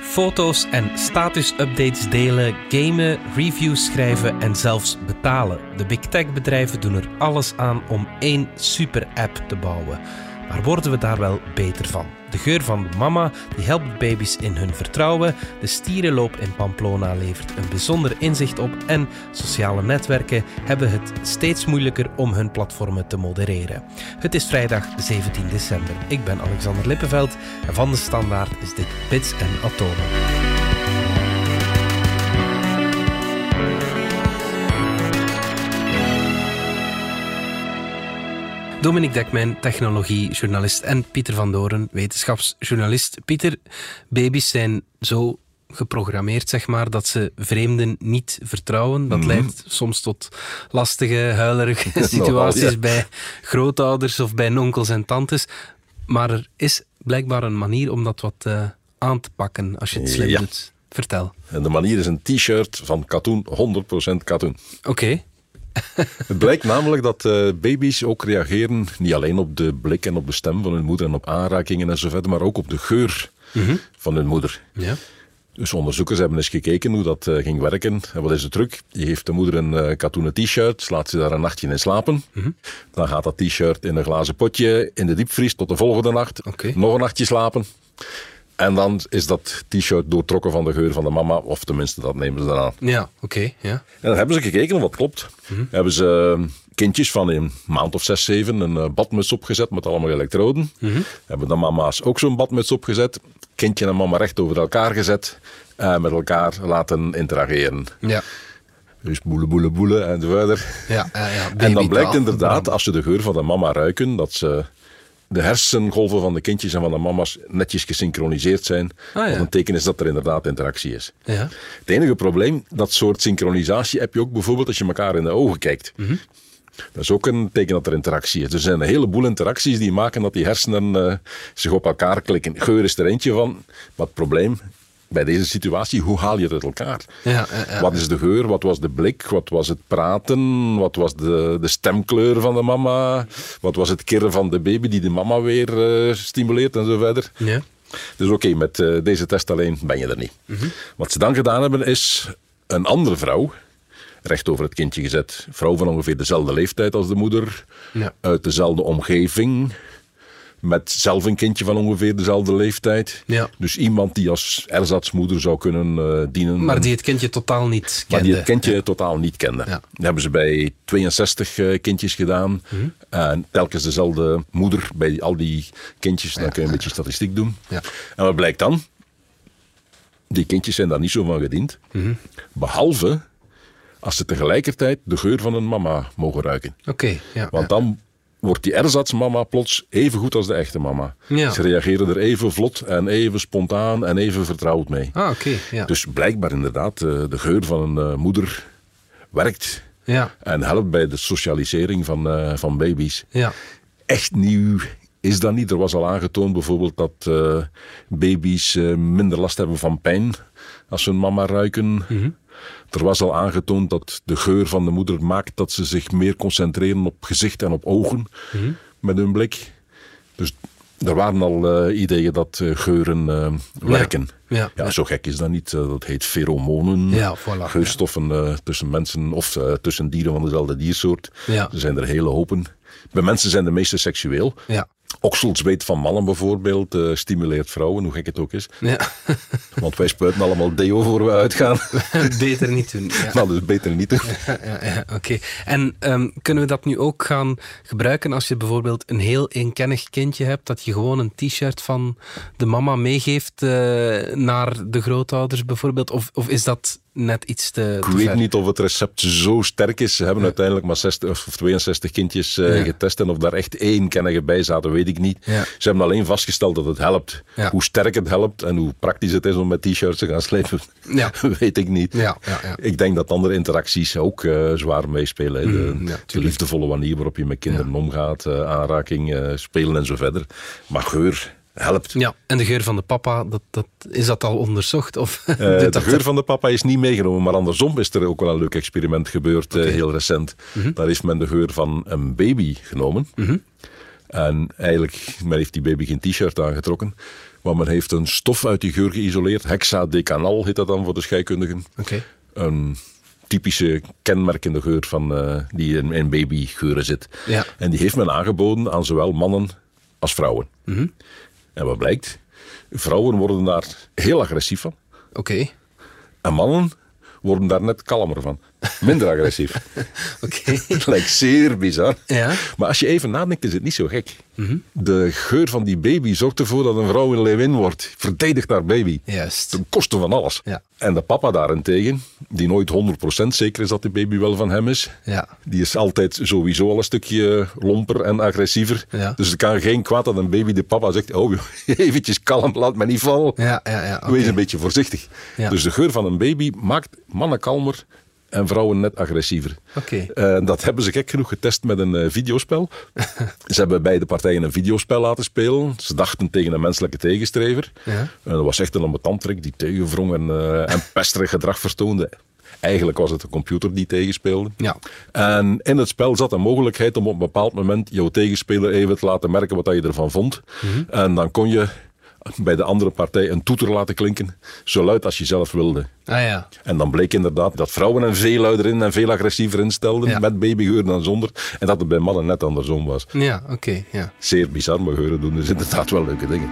Foto's en status-updates delen, gamen, reviews schrijven en zelfs betalen. De big tech bedrijven doen er alles aan om één super-app te bouwen. Maar worden we daar wel beter van? De geur van de mama die helpt baby's in hun vertrouwen. De stierenloop in Pamplona levert een bijzonder inzicht op. En sociale netwerken hebben het steeds moeilijker om hun platformen te modereren. Het is vrijdag 17 december. Ik ben Alexander Lippenveld en van de Standaard is dit Bits en Atomen. Dominique Dekmijn, technologiejournalist en Pieter van Doren, wetenschapsjournalist. Pieter, baby's zijn zo geprogrammeerd, zeg maar, dat ze vreemden niet vertrouwen. Dat leidt soms tot lastige, huilerige situaties bij grootouders of bij onkels en tantes. Maar er is blijkbaar een manier om dat wat aan te pakken, als je het slim doet. Vertel. En de manier is een t-shirt van katoen, 100% katoen. Oké. Het blijkt namelijk dat baby's ook reageren niet alleen op de blik en op de stem van hun moeder en op aanrakingen en zo verder, maar ook op de geur van hun moeder. Ja. Dus onderzoekers hebben eens gekeken hoe dat ging werken. En wat is de truc? Je geeft de moeder een katoenen t-shirt, laat ze daar een nachtje in slapen. Dan gaat dat t-shirt in een glazen potje in de diepvries tot de volgende nacht. Nog een nachtje slapen. En dan is dat t-shirt doortrokken van de geur van de mama, of tenminste, dat nemen ze dan aan. Ja, oké. Ja. En dan hebben ze gekeken of dat klopt. Hebben ze kindjes van een maand of 6, 7 een badmuts opgezet met allemaal elektroden. Hebben de mama's ook zo'n badmuts opgezet. Kindje en mama recht over elkaar gezet. En met elkaar laten interageren. Ja. Dus boele, boele, boele en zo verder. Ja, en dan blijkt inderdaad, als ze de geur van de mama ruiken, dat ze de hersengolven van de kindjes en van de mama's netjes gesynchroniseerd zijn. Wat een teken is dat er inderdaad interactie is. Ja. Het enige probleem, dat soort synchronisatie heb je ook bijvoorbeeld als je elkaar in de ogen kijkt. Dat is ook een teken dat er interactie is. Er zijn een heleboel interacties die maken dat die hersenen zich op elkaar klikken. Geur is er eentje van, maar het probleem bij deze situatie, hoe haal je het uit elkaar? Wat is de geur? Wat was de blik? Wat was het praten? Wat was de stemkleur van de mama? Wat was het kirren van de baby die de mama weer stimuleert en zo verder? Ja. Dus oké, met deze test alleen ben je er niet. Wat ze dan gedaan hebben is een andere vrouw recht over het kindje gezet. Vrouw van ongeveer dezelfde leeftijd als de moeder, uit dezelfde omgeving, met zelf een kindje van ongeveer dezelfde leeftijd. Ja. Dus iemand die als ersatsmoeder zou kunnen dienen. Maar die het kindje totaal niet kende. Maar die het kindje totaal niet kende. Ja. Dat hebben ze bij 62 kindjes gedaan. En telkens dezelfde moeder bij al die kindjes. Dan kun je een beetje statistiek doen. Ja. En wat blijkt dan? Die kindjes zijn daar niet zo van gediend. Behalve als ze tegelijkertijd de geur van een mama mogen ruiken. Want dan wordt die ersatsmama plots even goed als de echte mama. Ja. Ze reageren er even vlot en even spontaan en even vertrouwd mee. Dus blijkbaar inderdaad, de geur van een moeder werkt. Ja. En helpt bij de socialisering van baby's. Ja. Echt nieuw is dat niet. Er was al aangetoond bijvoorbeeld dat baby's minder last hebben van pijn als ze hun mama ruiken. Er was al aangetoond dat de geur van de moeder maakt dat ze zich meer concentreren op gezicht en op ogen met hun blik. Dus er waren al ideeën dat geuren werken. Ja, zo gek is dat niet. Dat heet feromonen. Ja, voilà, geurstoffen tussen mensen of tussen dieren van dezelfde diersoort. Ja. Er zijn er hele hopen. Bij mensen zijn de meeste seksueel. Ja. Okselzweet van mannen bijvoorbeeld stimuleert vrouwen, hoe gek het ook is. Ja. Want wij spuiten allemaal deo voor we uitgaan. Beter niet doen. Ja. Nou, dus beter niet doen. Oké. En kunnen we dat nu ook gaan gebruiken als je bijvoorbeeld een heel eenkennig kindje hebt, dat je gewoon een t-shirt van de mama meegeeft naar de grootouders bijvoorbeeld? Of is dat net iets te ver? Ik weet niet of het recept zo sterk is. Ze hebben uiteindelijk maar 60 of 62 kindjes getest en of daar echt één kennige bij zaten, weet ik niet. Ja. Ze hebben alleen vastgesteld dat het helpt. Ja. Hoe sterk het helpt en hoe praktisch het is om met t-shirts te gaan slepen, weet ik niet. Ik denk dat andere interacties ook zwaar meespelen. De liefdevolle manier waarop je met kinderen omgaat, aanraking, spelen en zo verder. Maar geur helpt. Ja, en de geur van de papa, is dat al onderzocht? Of de geur van de papa is niet meegenomen, maar andersom is er ook wel een leuk experiment gebeurd, heel recent. Daar heeft men de geur van een baby genomen. En eigenlijk, men heeft die baby geen t-shirt aangetrokken. Want men heeft een stof uit die geur geïsoleerd. Hexadecanal heet dat dan voor de scheikundigen. Okay. Een typische kenmerkende geur die in babygeuren zit. Ja. En die heeft men aangeboden aan zowel mannen als vrouwen. Mm-hmm. En wat blijkt? Vrouwen worden daar heel agressief van. Oké. En mannen worden daar net kalmer van. Minder agressief. Oké. Dat lijkt zeer bizar. Ja. Maar als je even nadenkt, is het niet zo gek. Mm-hmm. De geur van die baby zorgt ervoor dat een vrouw een leeuwin wordt. Verdedigt haar baby. Juist. Ten koste van alles. Ja. En de papa daarentegen, die nooit 100% zeker is dat de baby wel van hem is. Ja. Die is altijd sowieso al een stukje lomper en agressiever. Ja. Dus er kan geen kwaad dat een baby de papa zegt, oh, eventjes kalm, laat me niet vallen. Ja, okay. Wees een beetje voorzichtig. Ja. Dus de geur van een baby maakt mannen kalmer en vrouwen net agressiever. Okay. Dat hebben ze gek genoeg getest met een videospel. Ze hebben beide partijen een videospel laten spelen. Ze dachten tegen een menselijke tegenstrever. Ja. Dat was echt een ambetanttrek die tegenwrong en pesterig gedrag vertoonde. Eigenlijk was het de computer die tegenspeelde. Ja. En in het spel zat een mogelijkheid om op een bepaald moment jouw tegenspeler even te laten merken wat je ervan vond. Mm-hmm. En dan kon je bij de andere partij een toeter laten klinken, zo luid als je zelf wilde. Ah, ja. En dan bleek inderdaad dat vrouwen er veel luider in en veel agressiever instelden, met babygeur dan zonder. En dat het bij mannen net andersom was. Ja, oké. Ja. Zeer bizar, maar geuren doen dus inderdaad wel leuke dingen.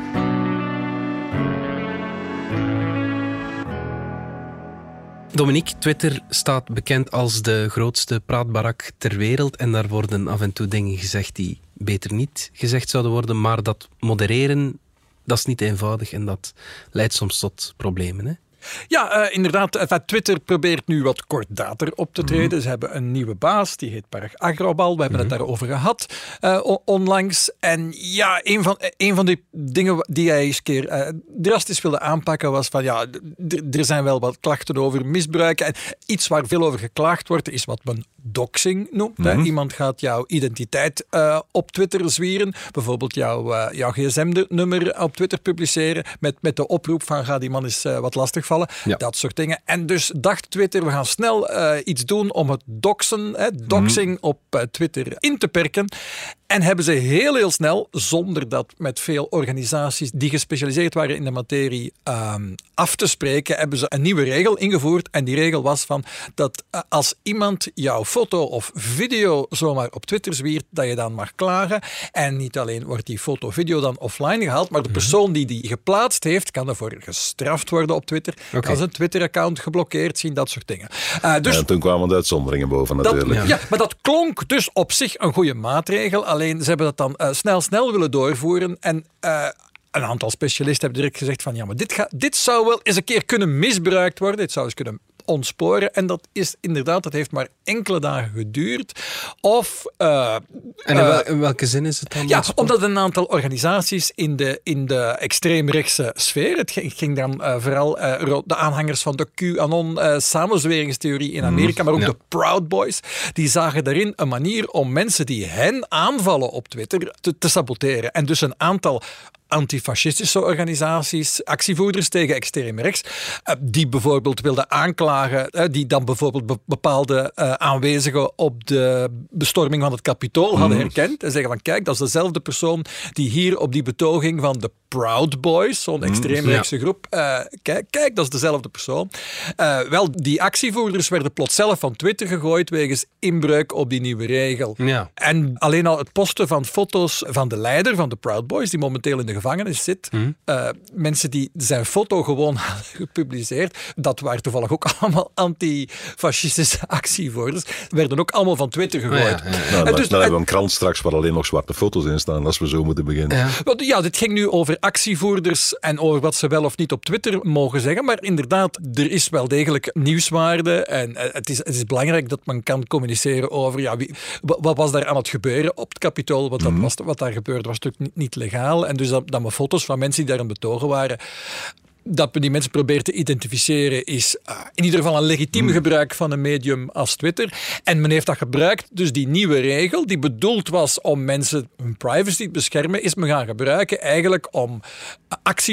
Dominique, Twitter staat bekend als de grootste praatbarak ter wereld. En daar worden af en toe dingen gezegd die beter niet gezegd zouden worden. Maar dat modereren, dat is niet eenvoudig en dat leidt soms tot problemen, hè? Ja, inderdaad. Twitter probeert nu wat kortdater op te treden. Mm-hmm. Ze hebben een nieuwe baas, die heet Parag Agrawal. We hebben het daarover gehad onlangs. En ja, een van die dingen die hij eens een keer drastisch wilde aanpakken was van ja, er zijn wel wat klachten over misbruik. En iets waar veel over geklaagd wordt, is wat men doxing noemt. Mm-hmm. Iemand gaat jouw identiteit op Twitter zwieren. Bijvoorbeeld jouw gsm-nummer op Twitter publiceren met de oproep van ga die man eens wat lastigvallen. Ja. Dat soort dingen. En dus dacht Twitter, we gaan snel iets doen om het doxing op Twitter in te perken. En hebben ze heel snel, zonder dat met veel organisaties die gespecialiseerd waren in de materie af te spreken, hebben ze een nieuwe regel ingevoerd. En die regel was van dat als iemand jouw foto of video zomaar op Twitter zwiert, dat je dan mag klagen. En niet alleen wordt die foto of video dan offline gehaald, maar de persoon die geplaatst heeft, kan ervoor gestraft worden op Twitter. Okay. Kan zijn Twitter-account geblokkeerd zien, dat soort dingen. Dus, en toen kwamen de uitzonderingen boven natuurlijk. Ja, maar dat klonk dus op zich een goede maatregel. Alleen ze hebben dat dan snel willen doorvoeren. En een aantal specialisten hebben direct gezegd van ja, maar dit zou wel eens een keer kunnen misbruikt worden. Dit zou eens kunnen ontsporen. En dat is inderdaad, dat heeft maar enkele dagen geduurd. En in welke zin is het dan? Ja, omdat een aantal organisaties in de extreemrechtse sfeer, het ging dan vooral de aanhangers van de QAnon samenzweringstheorie in Amerika, maar ook de Proud Boys, die zagen daarin een manier om mensen die hen aanvallen op Twitter te saboteren. En dus een aantal antifascistische organisaties, actievoerders tegen extreem rechts, die bijvoorbeeld wilden aanklagen, die dan bijvoorbeeld bepaalde aanwezigen op de bestorming van het Capitool hadden herkend en zeggen van kijk, dat is dezelfde persoon die hier op die betoging van de Proud Boys, zo'n extreemrechtse groep, kijk, dat is dezelfde persoon. Wel, die actievoerders werden plots zelf van Twitter gegooid wegens inbreuk op die nieuwe regel. Ja. En alleen al het posten van foto's van de leider van de Proud Boys, die momenteel in de gevangenis zit, mensen die zijn foto gewoon hadden gepubliceerd, dat waren toevallig ook allemaal antifascistische actievoerders, werden ook allemaal van Twitter gegooid. Nou, dan hebben we een krant straks waar alleen nog zwarte foto's in staan, als we zo moeten beginnen. Ja, dit ging nu over actievoerders en over wat ze wel of niet op Twitter mogen zeggen, maar inderdaad, er is wel degelijk nieuwswaarde en het is belangrijk dat men kan communiceren over wat was daar aan het gebeuren op het Capitool, want wat daar gebeurde was natuurlijk niet legaal en dus dat men foto's van mensen die daar aan betogen waren, dat men die mensen probeert te identificeren is in ieder geval een legitiem gebruik van een medium als Twitter. En men heeft dat gebruikt, dus die nieuwe regel, die bedoeld was om mensen hun privacy te beschermen, is men gaan gebruiken eigenlijk om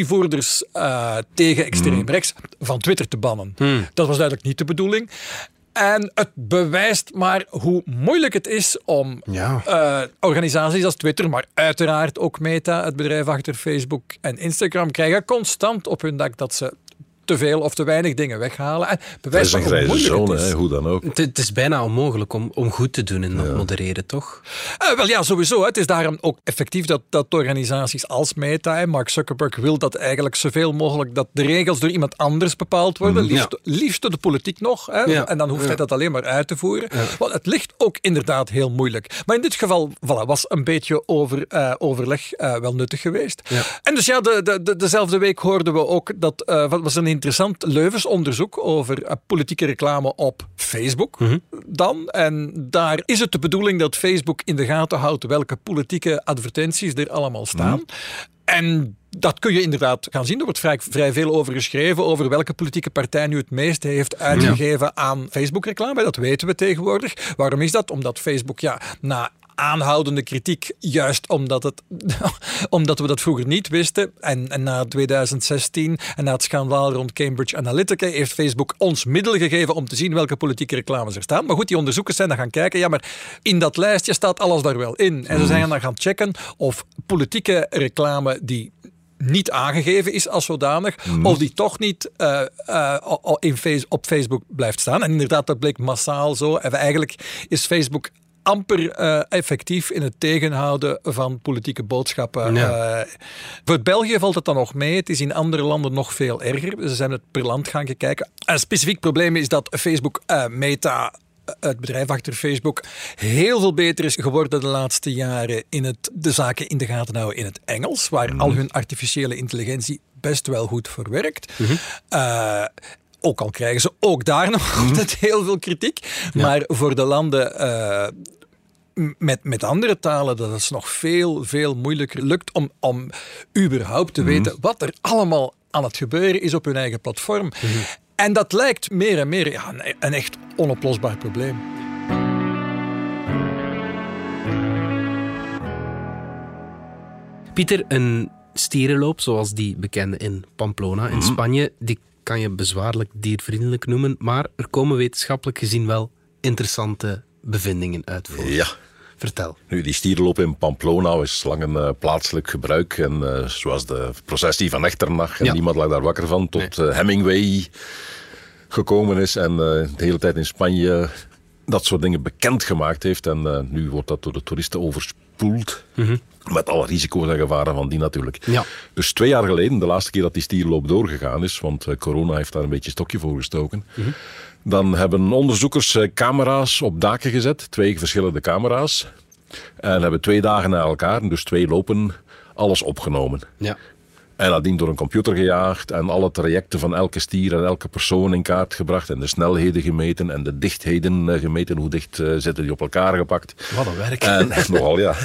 actievoerders tegen extreem rechts van Twitter te bannen. Dat was duidelijk niet de bedoeling. En het bewijst maar hoe moeilijk het is om organisaties als Twitter, maar uiteraard ook Meta, het bedrijf achter Facebook en Instagram, krijgen constant op hun dak dat ze te veel of te weinig dingen weghalen. En bewijst dat is een grijze zone, het is. Hoe dan ook. Het is bijna onmogelijk om goed te doen in dat modereren, toch? Wel ja, sowieso. Hè. Het is daarom ook effectief dat organisaties als Meta en Mark Zuckerberg wil dat eigenlijk zoveel mogelijk dat de regels door iemand anders bepaald worden. Liefst door de politiek nog. Hè. Ja. En dan hoeft hij dat alleen maar uit te voeren. Ja. Want het ligt ook inderdaad heel moeilijk. Maar in dit geval was een beetje overleg wel nuttig geweest. Ja. En dus dezelfde week hoorden we ook dat was een interessant Leuvens onderzoek over politieke reclame op Facebook dan. En daar is het de bedoeling dat Facebook in de gaten houdt welke politieke advertenties er allemaal staan. En dat kun je inderdaad gaan zien. Er wordt vrij veel over geschreven, over welke politieke partij nu het meest heeft uitgegeven aan Facebook-reclame. Dat weten we tegenwoordig. Waarom is dat? Omdat Facebook na aanhoudende kritiek, juist omdat we dat vroeger niet wisten. En na 2016 en na het schandaal rond Cambridge Analytica heeft Facebook ons middel gegeven om te zien welke politieke reclames er staan. Maar goed, die onderzoekers zijn dan gaan kijken. Ja, maar in dat lijstje staat alles daar wel in. En ze zijn dan gaan checken of politieke reclame die niet aangegeven is als zodanig, of die toch niet op Facebook blijft staan. En inderdaad, dat bleek massaal zo. En eigenlijk is Facebook amper effectief in het tegenhouden van politieke boodschappen. Ja. Voor België valt het dan nog mee. Het is in andere landen nog veel erger. Ze zijn het per land gaan kijken. Een specifiek probleem is dat Facebook Meta, het bedrijf achter Facebook, heel veel beter is geworden de laatste jaren in de zaken in de gaten houden in het Engels, waar al hun artificiële intelligentie best wel goed voor werkt. Ook al krijgen ze ook daar nog altijd heel veel kritiek. Maar voor de landen met andere talen, dat het nog veel, veel moeilijker lukt om überhaupt te weten wat er allemaal aan het gebeuren is op hun eigen platform. En dat lijkt meer en meer een echt onoplosbaar probleem. Pieter, een stierenloop zoals die bekende in Pamplona in Spanje, die kan je bezwaarlijk diervriendelijk noemen, maar er komen wetenschappelijk gezien wel interessante bevindingen uit voort. Ja. Vertel. Nu, die stierenloop in Pamplona is lang een plaatselijk gebruik. En zoals de processie van Echternach, en niemand lag daar wakker van, tot Hemingway gekomen is en de hele tijd in Spanje dat soort dingen bekendgemaakt heeft. En nu wordt dat door de toeristen overspoeld. Met alle risico's en gevaren van die natuurlijk. Ja. Dus 2 jaar geleden, de laatste keer dat die stierenloop doorgegaan is, want corona heeft daar een beetje stokje voor gestoken, dan hebben onderzoekers camera's op daken gezet, 2 verschillende camera's. En hebben 2 dagen na elkaar, dus 2 lopen, alles opgenomen. Ja. En nadien door een computer gejaagd en alle trajecten van elke stier en elke persoon in kaart gebracht en de snelheden gemeten en de dichtheden gemeten. Hoe dicht zitten die op elkaar gepakt. Wat een werk. En nogal, ja.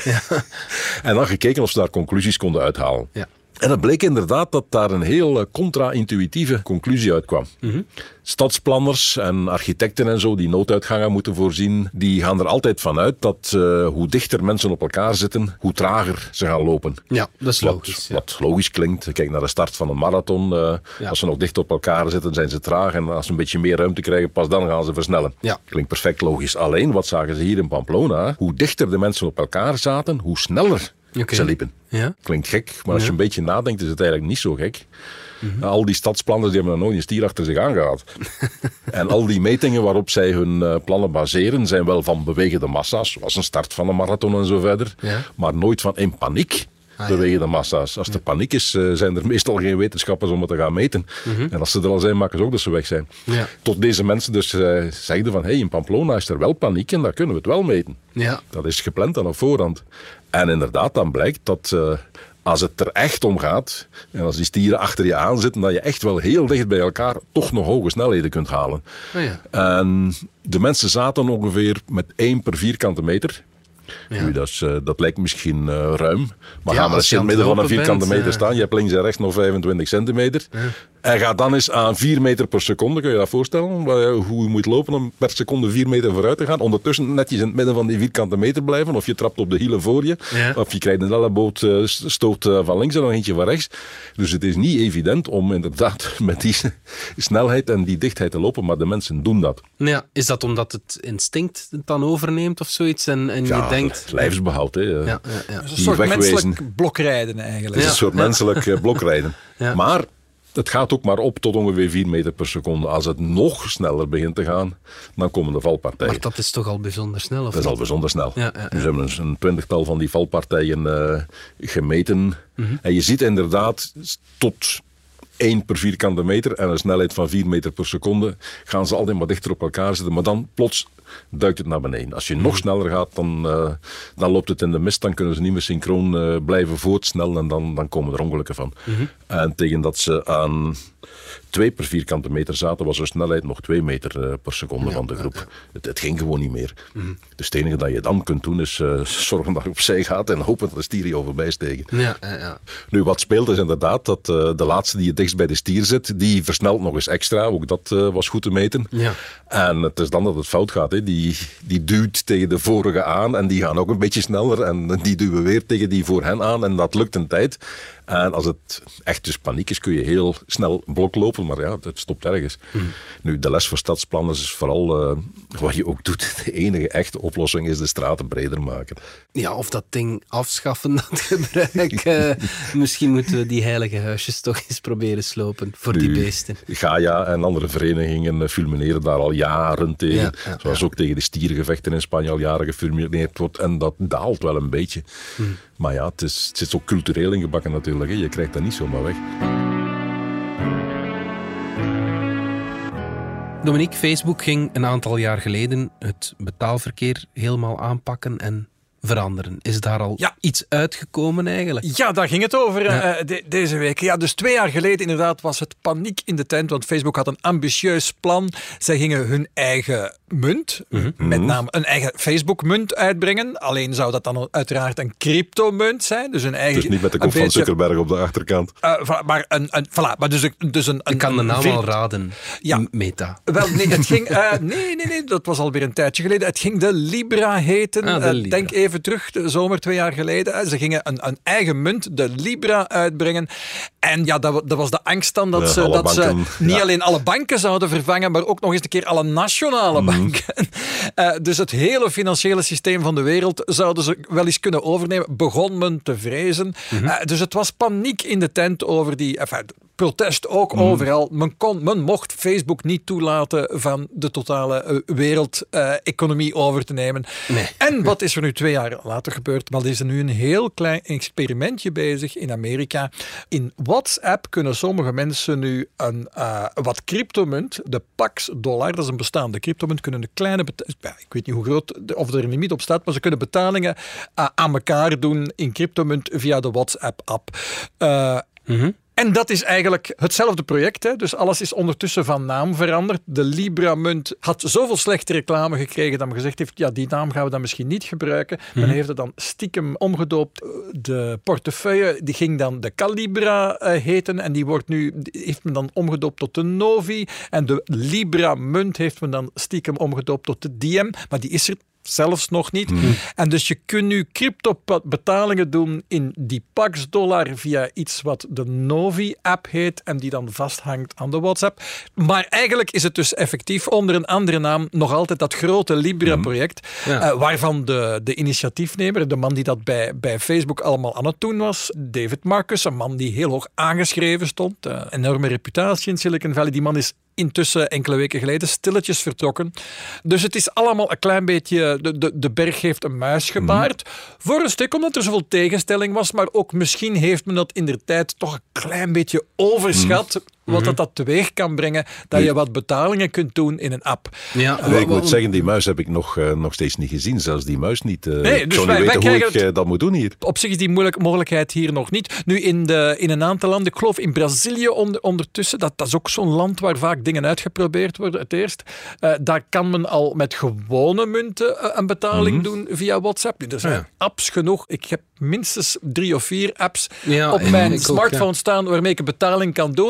En dan gekeken of ze daar conclusies konden uithalen. Ja. En het bleek inderdaad dat daar een heel contra-intuïtieve conclusie uitkwam. Stadsplanners en architecten en zo, die nooduitgangen moeten voorzien, die gaan er altijd van uit dat hoe dichter mensen op elkaar zitten, hoe trager ze gaan lopen. Ja, dat is logisch. Wat logisch klinkt. Kijk naar de start van een marathon. Als ze nog dicht op elkaar zitten, zijn ze traag. En als ze een beetje meer ruimte krijgen, pas dan gaan ze versnellen. Ja. Klinkt perfect logisch. Alleen, wat zagen ze hier in Pamplona? Hoe dichter de mensen op elkaar zaten, hoe sneller ze liepen. Ja. Klinkt gek, maar als je een beetje nadenkt, is het eigenlijk niet zo gek. Al die stadsplanners die hebben nog nooit een stier achter zich aangehad. En al die metingen waarop zij hun plannen baseren, zijn wel van bewegende massa's, zoals een start van een marathon en zo verder, maar nooit van in paniek bewegende massa's. Als er paniek is, zijn er meestal geen wetenschappers om het te gaan meten. En als ze er al zijn, maken ze ook dat ze weg zijn. Ja. Tot deze mensen dus zeiden van, in Pamplona is er wel paniek en daar kunnen we het wel meten. Ja. Dat is gepland dan op voorhand. En inderdaad, dan blijkt dat als het er echt om gaat, en als die stieren achter je aan zitten, dat je echt wel heel dicht bij elkaar toch nog hoge snelheden kunt halen. Oh ja. En de mensen zaten ongeveer met 1 per vierkante meter. Ja. Nu, dat lijkt misschien ruim. Maar gaan we eens in het midden van een vierkante meter staan. Je hebt links en rechts nog 25 centimeter. Ja. En ga dan eens aan 4 meter per seconde, kun je dat voorstellen? Hoe je moet lopen om per seconde 4 meter vooruit te gaan. Ondertussen netjes in het midden van die vierkante meter blijven. Of je trapt op de hielen voor je. Ja. Of je krijgt een elleboogstoot van links en nog eentje van rechts. Dus het is niet evident om inderdaad met die snelheid en die dichtheid te lopen. Maar de mensen doen dat. Ja, is dat omdat het instinct het dan overneemt of zoiets? En je denkt... lijfsbehoud. Hè. Ja. Een soort menselijk blokrijden eigenlijk. Het is een soort menselijk blokrijden. Ja. Maar het gaat ook maar op tot ongeveer 4 meter per seconde. Als het nog sneller begint te gaan, dan komen de valpartijen. Maar dat is toch al bijzonder snel? Of dat is al bijzonder snel. Ja. Dus we hebben een 20-tal van die valpartijen gemeten. Mm-hmm. En je ziet inderdaad tot 1 per vierkante meter en een snelheid van 4 meter per seconde gaan ze altijd maar dichter op elkaar zitten. Maar dan plots duikt het naar beneden. Als je nog sneller gaat, dan loopt het in de mist. Dan kunnen ze niet meer synchroon blijven voortsnellen en dan komen er ongelukken van. Mm-hmm. En tegen dat ze aan 2 per vierkante meter zaten, was de snelheid nog 2 meter per seconde van de groep. Ja. Het ging gewoon niet meer. Mm-hmm. Dus het enige dat je dan kunt doen is zorgen dat je opzij gaat en hopen dat de stier je voorbij steken. Ja. Nu, wat speelt is inderdaad dat de laatste die het dichtst bij de stier zit, die versnelt nog eens extra. Ook dat was goed te meten. Ja. En het is dan dat het fout gaat. Hè. Die duwt tegen de vorige aan en die gaan ook een beetje sneller en die duwen weer tegen die voor hen aan en dat lukt een tijd. En als het echt dus paniek is, kun je heel snel blok lopen, maar ja, het stopt ergens. Mm. Nu, de les voor stadsplanners is vooral wat je ook doet. De enige echte oplossing is de straten breder maken. Ja, of dat ding afschaffen, dat gebruik. Misschien moeten we die heilige huisjes toch eens proberen slopen voor die beesten. Gaia en andere verenigingen fulmineren daar al jaren tegen. Ja, zoals ook tegen de stierengevechten in Spanje al jaren gefulmineerd wordt. En dat daalt wel een beetje. Mm. Maar ja, het zit zo cultureel ingebakken natuurlijk. Hè. Je krijgt dat niet zomaar weg. Dominique, Facebook ging een aantal jaar geleden het betaalverkeer helemaal aanpakken en veranderen. Is daar al iets uitgekomen eigenlijk? Ja, daar ging het over deze week. Ja, dus 2 jaar geleden inderdaad was het paniek in de tent, want Facebook had een ambitieus plan. Zij gingen hun eigen munt, met name een eigen Facebook-munt uitbrengen. Alleen zou dat dan uiteraard een cryptomunt zijn. Dus een eigen, dus niet met de kop van Zuckerberg op de achterkant. Maar ik kan de naam al raden. Ja. Meta. Wel, nee, het ging... nee, dat was alweer een tijdje geleden. Het ging de Libra heten. Denk even terug, de zomer 2 jaar geleden. Ze gingen een eigen munt, de Libra, uitbrengen. En ja, dat was de angst dan dat ze niet alleen alle banken zouden vervangen, maar ook nog eens een keer alle nationale banken. Dus het hele financiële systeem van de wereld zouden ze wel eens kunnen overnemen, begon men te vrezen. Dus het was paniek in de tent over die... protest ook overal. Men mocht Facebook niet toelaten van de totale wereldeconomie over te nemen. Nee. En wat is er nu 2 jaar later gebeurd? Wel, er is er nu een heel klein experimentje bezig in Amerika. In WhatsApp kunnen sommige mensen nu een wat cryptomunt, de Pax-dollar, dat is een bestaande cryptomunt, kunnen een kleine... ik weet niet hoe groot of er een limiet op staat, maar ze kunnen betalingen aan elkaar doen in cryptomunt via de WhatsApp-app. En dat is eigenlijk hetzelfde project. Hè? Dus alles is ondertussen van naam veranderd. De Libra-munt had zoveel slechte reclame gekregen dat men gezegd heeft, ja, die naam gaan we dan misschien niet gebruiken. Men heeft het dan stiekem omgedoopt. De portefeuille die ging dan de Calibra heten en die heeft men dan omgedoopt tot de Novi. En de Libra-munt heeft men dan stiekem omgedoopt tot de Diem. Maar die is er zelfs nog niet. En dus je kunt nu crypto-betalingen doen in die Pax-dollar via iets wat de Novi-app heet en die dan vasthangt aan de WhatsApp. Maar eigenlijk is het dus effectief onder een andere naam nog altijd dat grote Libra-project, waarvan de initiatiefnemer, de man die dat bij Facebook allemaal aan het doen was, David Marcus, een man die heel hoog aangeschreven stond, enorme reputatie in Silicon Valley, die man is intussen enkele weken geleden stilletjes vertrokken. Dus het is allemaal een klein beetje... De berg heeft een muis gebaard. Voor een stuk omdat er zoveel tegenstelling was, maar ook misschien heeft men dat indertijd toch een klein beetje overschat, wat dat teweeg kan brengen, dat je wat betalingen kunt doen in een app. Ja, ik moet zeggen, die muis heb ik nog steeds niet gezien. Zelfs die muis niet. Ik zou niet weten hoe ik dat moet doen hier. Op zich is die mogelijkheid hier nog niet. Nu, in een aantal landen, ik geloof in Brazilië ondertussen, dat is ook zo'n land waar vaak dingen uitgeprobeerd worden, het eerst. Daar kan men al met gewone munten een betaling doen via WhatsApp. Nu, er zijn apps genoeg. Ik heb minstens 3 of 4 apps op mijn smartphone staan waarmee ik een betaling kan doen. En dan vraag je,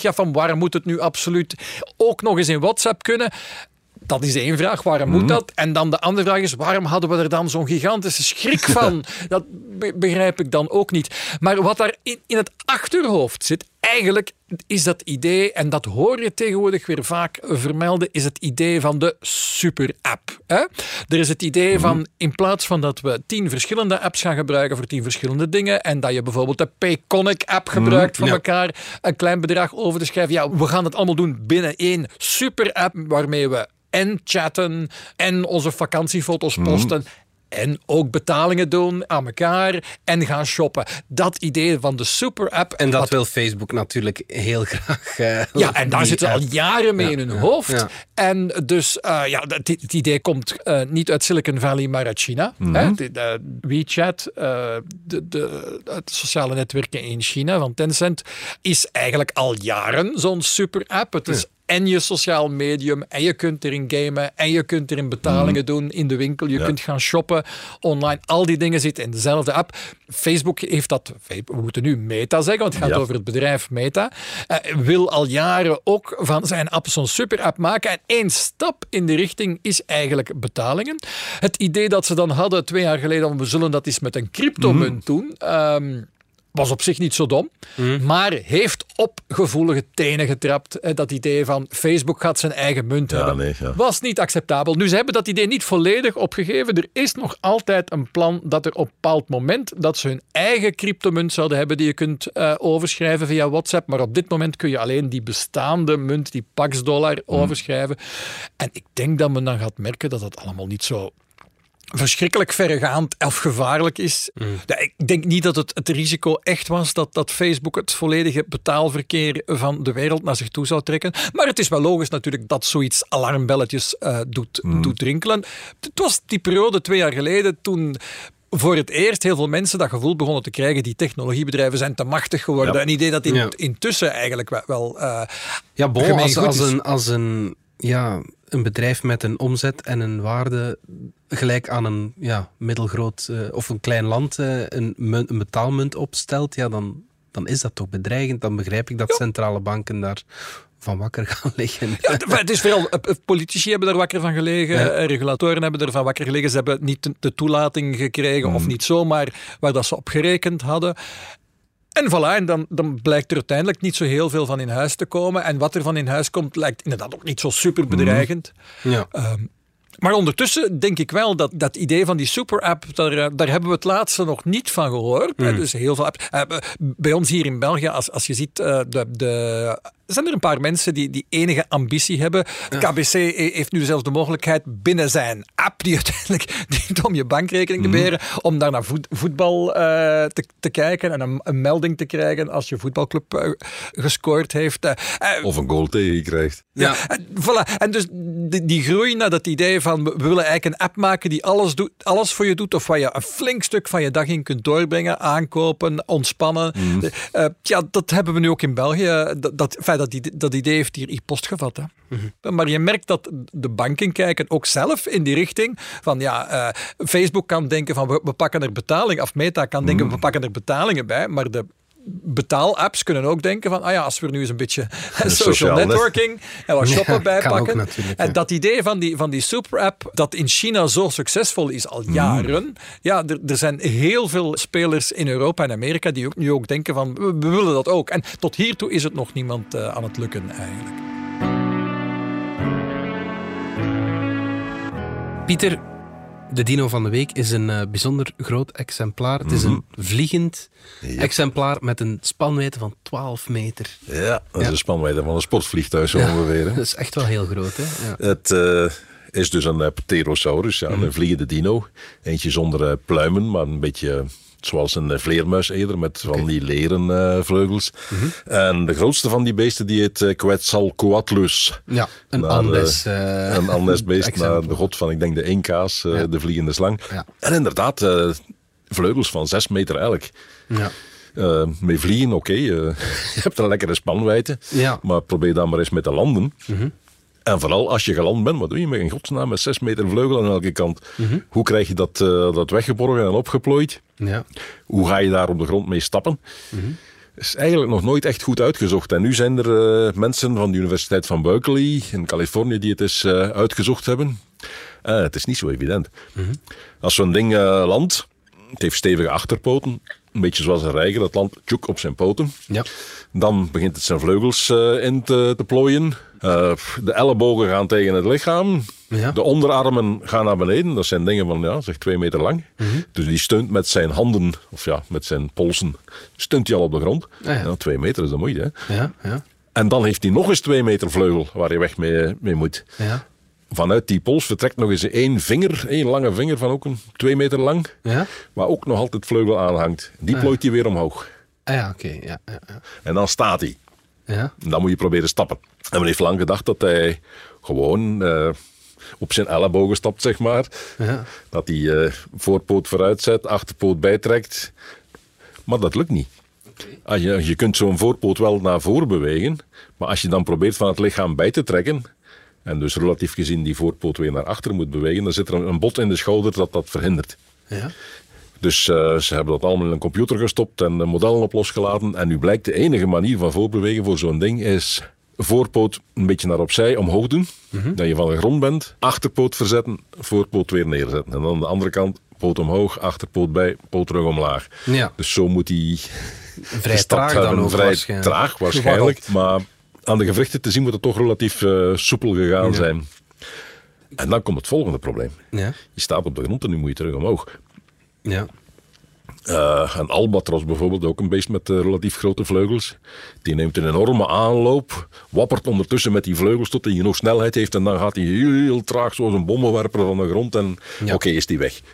je af van waarom moet het nu absoluut ook nog eens in WhatsApp kunnen? Dat is één vraag, waarom moet dat? En dan de andere vraag is, waarom hadden we er dan zo'n gigantische schrik van? Dat begrijp ik dan ook niet. Maar wat daar in het achterhoofd zit, eigenlijk is dat idee, en dat hoor je tegenwoordig weer vaak vermelden, is het idee van de super-app. Hè? Er is het idee van, in plaats van dat we 10 verschillende apps gaan gebruiken voor 10 verschillende dingen, en dat je bijvoorbeeld de Payconic-app gebruikt voor elkaar een klein bedrag over te schrijven. Ja, we gaan het allemaal doen binnen één super-app, waarmee we en chatten en onze vakantiefoto's posten en ook betalingen doen aan elkaar en gaan shoppen. Dat idee van de super-app. En dat wil Facebook natuurlijk heel graag. Ja, en daar zitten ze al jaren mee in hun hoofd. Ja. En dus, het idee komt niet uit Silicon Valley, maar uit China. Hè? De WeChat, het sociale netwerken in China van Tencent, is eigenlijk al jaren zo'n super-app. Het is en je sociaal medium, en je kunt erin gamen, en je kunt erin betalingen doen in de winkel, je kunt gaan shoppen online. Al die dingen zitten in dezelfde app. Facebook heeft dat, we moeten nu Meta zeggen, want het gaat over het bedrijf Meta, wil al jaren ook van zijn app zo'n super-app maken. En één stap in die richting is eigenlijk betalingen. Het idee dat ze dan hadden 2 jaar geleden, we zullen dat eens met een cryptomunt doen, was op zich niet zo dom, maar heeft op gevoelige tenen getrapt. Dat idee van Facebook gaat zijn eigen munt hebben. Was niet acceptabel. Nu, ze hebben dat idee niet volledig opgegeven. Er is nog altijd een plan dat er op een bepaald moment dat ze hun eigen cryptomunt zouden hebben die je kunt overschrijven via WhatsApp. Maar op dit moment kun je alleen die bestaande munt, die Pax-dollar, overschrijven. En ik denk dat men dan gaat merken dat dat allemaal niet zo verschrikkelijk verregaand of gevaarlijk is. Ik denk niet dat het risico echt was dat Facebook het volledige betaalverkeer van de wereld naar zich toe zou trekken. Maar het is wel logisch natuurlijk dat zoiets alarmbelletjes doet rinkelen. Het was die periode 2 jaar geleden toen voor het eerst heel veel mensen dat gevoel begonnen te krijgen, die technologiebedrijven zijn te machtig geworden. Ja. Een idee dat intussen eigenlijk wel als een bedrijf met een omzet en een waarde gelijk aan een middelgroot of een klein land een betaalmunt opstelt, dan is dat toch bedreigend. Dan begrijp ik dat centrale banken daar van wakker gaan liggen. Ja, het is veel. Politici hebben daar wakker van gelegen, regulatoren hebben er van wakker gelegen. Ze hebben niet de toelating gekregen of niet zomaar waar dat ze op gerekend hadden. En voilà, en dan blijkt er uiteindelijk niet zo heel veel van in huis te komen. En wat er van in huis komt, lijkt inderdaad ook niet zo super bedreigend. Maar ondertussen denk ik wel dat idee van die super-app, daar hebben we het laatste nog niet van gehoord. Dus heel veel apps. Bij ons hier in België, als je ziet, zijn er een paar mensen die enige ambitie hebben. KBC heeft nu zelfs de mogelijkheid binnen zijn app, die uiteindelijk dient om je bankrekening te beheren, om daar naar voetbal te kijken en een melding te krijgen als je voetbalclub gescoord heeft. Of een goal tegen je krijgt. Ja. Voilà. En dus die groei naar dat idee van we willen eigenlijk een app maken die alles voor je doet, of waar je een flink stuk van je dag in kunt doorbrengen, aankopen, ontspannen. Dat hebben we nu ook in België. Dat idee heeft hier post gevat. Hè. Maar je merkt dat de banken kijken ook zelf in die richting van Facebook kan denken van we pakken er betaling, of Meta kan denken we pakken er betalingen bij, maar de betaalapps kunnen ook denken van als we er nu eens een beetje social networking en wat shoppen bijpakken. En dat idee van die super-app dat in China zo succesvol is al jaren. Er zijn heel veel spelers in Europa en Amerika die nu ook denken van we willen dat ook. En tot hiertoe is het nog niemand aan het lukken eigenlijk. Pieter, de dino van de week is een bijzonder groot exemplaar. Het is een vliegend exemplaar met een spanwijdte van 12 meter. Ja, dat is een spanwijdte van een sportvliegtuig zo ongeveer. Dat is echt wel heel groot. Hè? Ja. Het is dus een pterosaurus, een vliegende dino. Eentje zonder pluimen, maar een beetje zoals een vleermuis eerder, met van die leren vleugels. En de grootste van die beesten die heet Quetzalcoatlus. Ja, een Andes-beest naar de god van, ik denk de Inca's, de vliegende slang. Ja. En inderdaad, vleugels van 6 meter elk. Ja. Met vliegen, oké. Je hebt een lekkere spanwijdte, maar probeer dan maar eens met te landen. En vooral als je geland bent, wat doe je met in godsnaam met 6 meter vleugel aan elke kant? Hoe krijg je dat weggeborgen en opgeplooid? Ja. Hoe ga je daar op de grond mee stappen? is eigenlijk nog nooit echt goed uitgezocht. En nu zijn er mensen van de Universiteit van Berkeley in Californië die het eens uitgezocht hebben. Het is niet zo evident. Als zo'n ding landt, het heeft stevige achterpoten, een beetje zoals een reiger, dat landt tjoek op zijn poten. Ja. Dan begint het zijn vleugels in te plooien. De ellebogen gaan tegen het lichaam. Ja. De onderarmen gaan naar beneden. Dat zijn dingen van, zeg 2 meter lang. Dus die steunt met zijn handen, of met zijn polsen, steunt hij al op de grond. 2 meter is de moeite, hè. Ja. En dan heeft hij nog eens 2 meter vleugel waar je weg mee moet. Ja. Vanuit die pols vertrekt nog eens 1 lange vinger van ook 2 meter lang, waar ook nog altijd vleugel aan hangt. Die plooit hij weer omhoog. Oké. Ja. En dan staat hij. Ja. En dan moet je proberen stappen. En men heeft lang gedacht dat hij gewoon op zijn ellebogen stapt, zeg maar. Ja. Dat hij voorpoot vooruit zet, achterpoot bijtrekt. Maar dat lukt niet. Okay. Je kunt zo'n voorpoot wel naar voren bewegen, maar als je dan probeert van het lichaam bij te trekken, en dus relatief gezien die voorpoot weer naar achter moet bewegen, dan zit er een bot in de schouder dat verhindert. Ja. Dus ze hebben dat allemaal in een computer gestopt en modellen op losgelaten. En nu blijkt de enige manier van voorbewegen voor zo'n ding is voorpoot een beetje naar opzij, omhoog doen. Dat je van de grond bent, achterpoot verzetten, voorpoot weer neerzetten. En dan aan de andere kant, poot omhoog, achterpoot bij, poot terug omlaag. Ja. Dus zo moet hij vrij traag dan ook traag waarschijnlijk. Maar aan de gewrichten te zien moet het toch relatief soepel gegaan zijn. En dan komt het volgende probleem. Ja. Je staat op de grond en nu moet je terug omhoog. Ja. Een albatros bijvoorbeeld, ook een beest met relatief grote vleugels. Die neemt een enorme aanloop, wappert ondertussen met die vleugels tot hij nog snelheid heeft en dan gaat hij heel traag zoals een bommenwerper van de grond en oké, is die weg.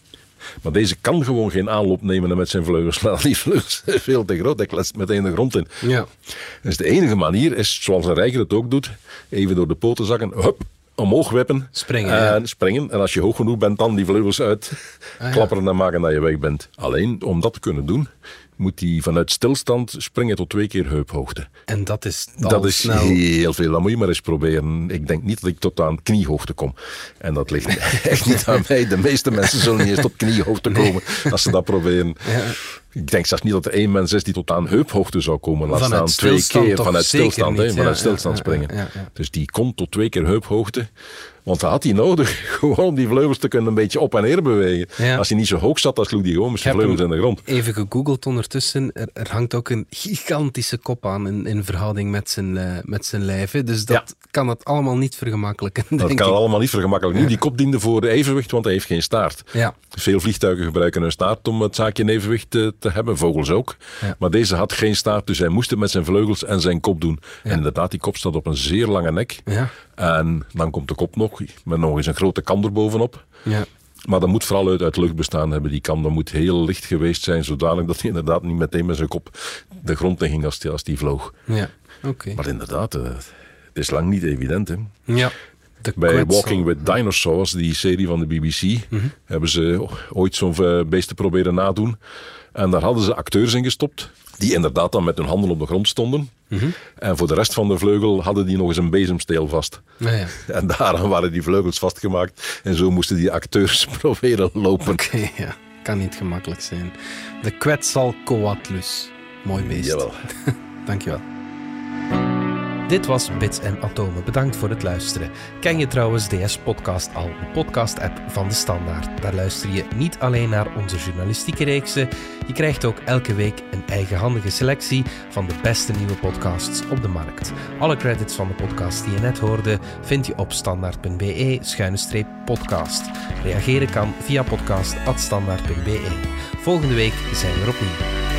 Maar deze kan gewoon geen aanloop nemen met zijn vleugels. Die vleugels zijn veel te groot, hij kletst meteen de grond in. Ja. Dus de enige manier is, zoals een reiger het ook doet, even door de poten zakken, hup, omhoog wippen. Springen. En als je hoog genoeg bent, dan die vleugels uit klapperen en maken dat je weg bent. Alleen, om dat te kunnen doen, moet hij vanuit stilstand springen tot 2 keer heuphoogte. En dat is snel. Heel veel. Dat moet je maar eens proberen. Ik denk niet dat ik tot aan kniehoogte kom. En dat ligt echt niet aan mij. De meeste mensen zullen niet eens tot kniehoogte komen als ze dat proberen. Ja. Ik denk zelfs niet dat er 1 mens is die tot aan heuphoogte zou komen. Laat staan 2 keer vanuit stilstand springen. Ja. Dus die komt tot 2 keer heuphoogte. Want dat had hij nodig, gewoon om die vleugels te kunnen een beetje op en neer bewegen. Ja. Als hij niet zo hoog zat, dan sloeg hij gewoon met zijn vleugels in de grond. Even gegoogeld ondertussen, er hangt ook een gigantische kop aan in verhouding met zijn lijf. Hè. Dus dat kan het allemaal niet vergemakkelijken, denk ik. Dat kan allemaal niet vergemakkelijken. Nu, die kop diende voor evenwicht, want hij heeft geen staart. Ja. Veel vliegtuigen gebruiken een staart om het zaakje in evenwicht te hebben, vogels ook. Ja. Maar deze had geen staart, dus hij moest het met zijn vleugels en zijn kop doen. Ja. En inderdaad, die kop staat op een zeer lange nek. Ja. En dan komt de kop nog, met nog eens een grote kam erbovenop. Ja. Maar dat moet vooral uit lucht bestaan hebben, die kam. Dat moet heel licht geweest zijn, zodanig dat hij inderdaad niet meteen met zijn kop de grond in ging als die vloog. Ja. Okay. Maar inderdaad, het is lang niet evident. Hè. Ja. Bij Walking with Dinosaurs, die serie van de BBC, hebben ze ooit zo'n beesten proberen nadoen. En daar hadden ze acteurs in gestopt, die inderdaad dan met hun handen op de grond stonden. En voor de rest van de vleugel hadden die nog eens een bezemsteel vast. Ja. En daaraan waren die vleugels vastgemaakt. En zo moesten die acteurs proberen lopen. Oké, ja. Kan niet gemakkelijk zijn. De Quetzalcoatlus. Mooi beest. Jawel. Dankjewel. Dit was Bits en Atomen. Bedankt voor het luisteren. Ken je trouwens DS Podcast al, de podcast-app van De Standaard? Daar luister je niet alleen naar onze journalistieke reeksen, je krijgt ook elke week een eigenhandige selectie van de beste nieuwe podcasts op de markt. Alle credits van de podcast die je net hoorde vind je op standaard.be/podcast. Reageren kan via podcast@standaard.be. Volgende week zijn we er opnieuw.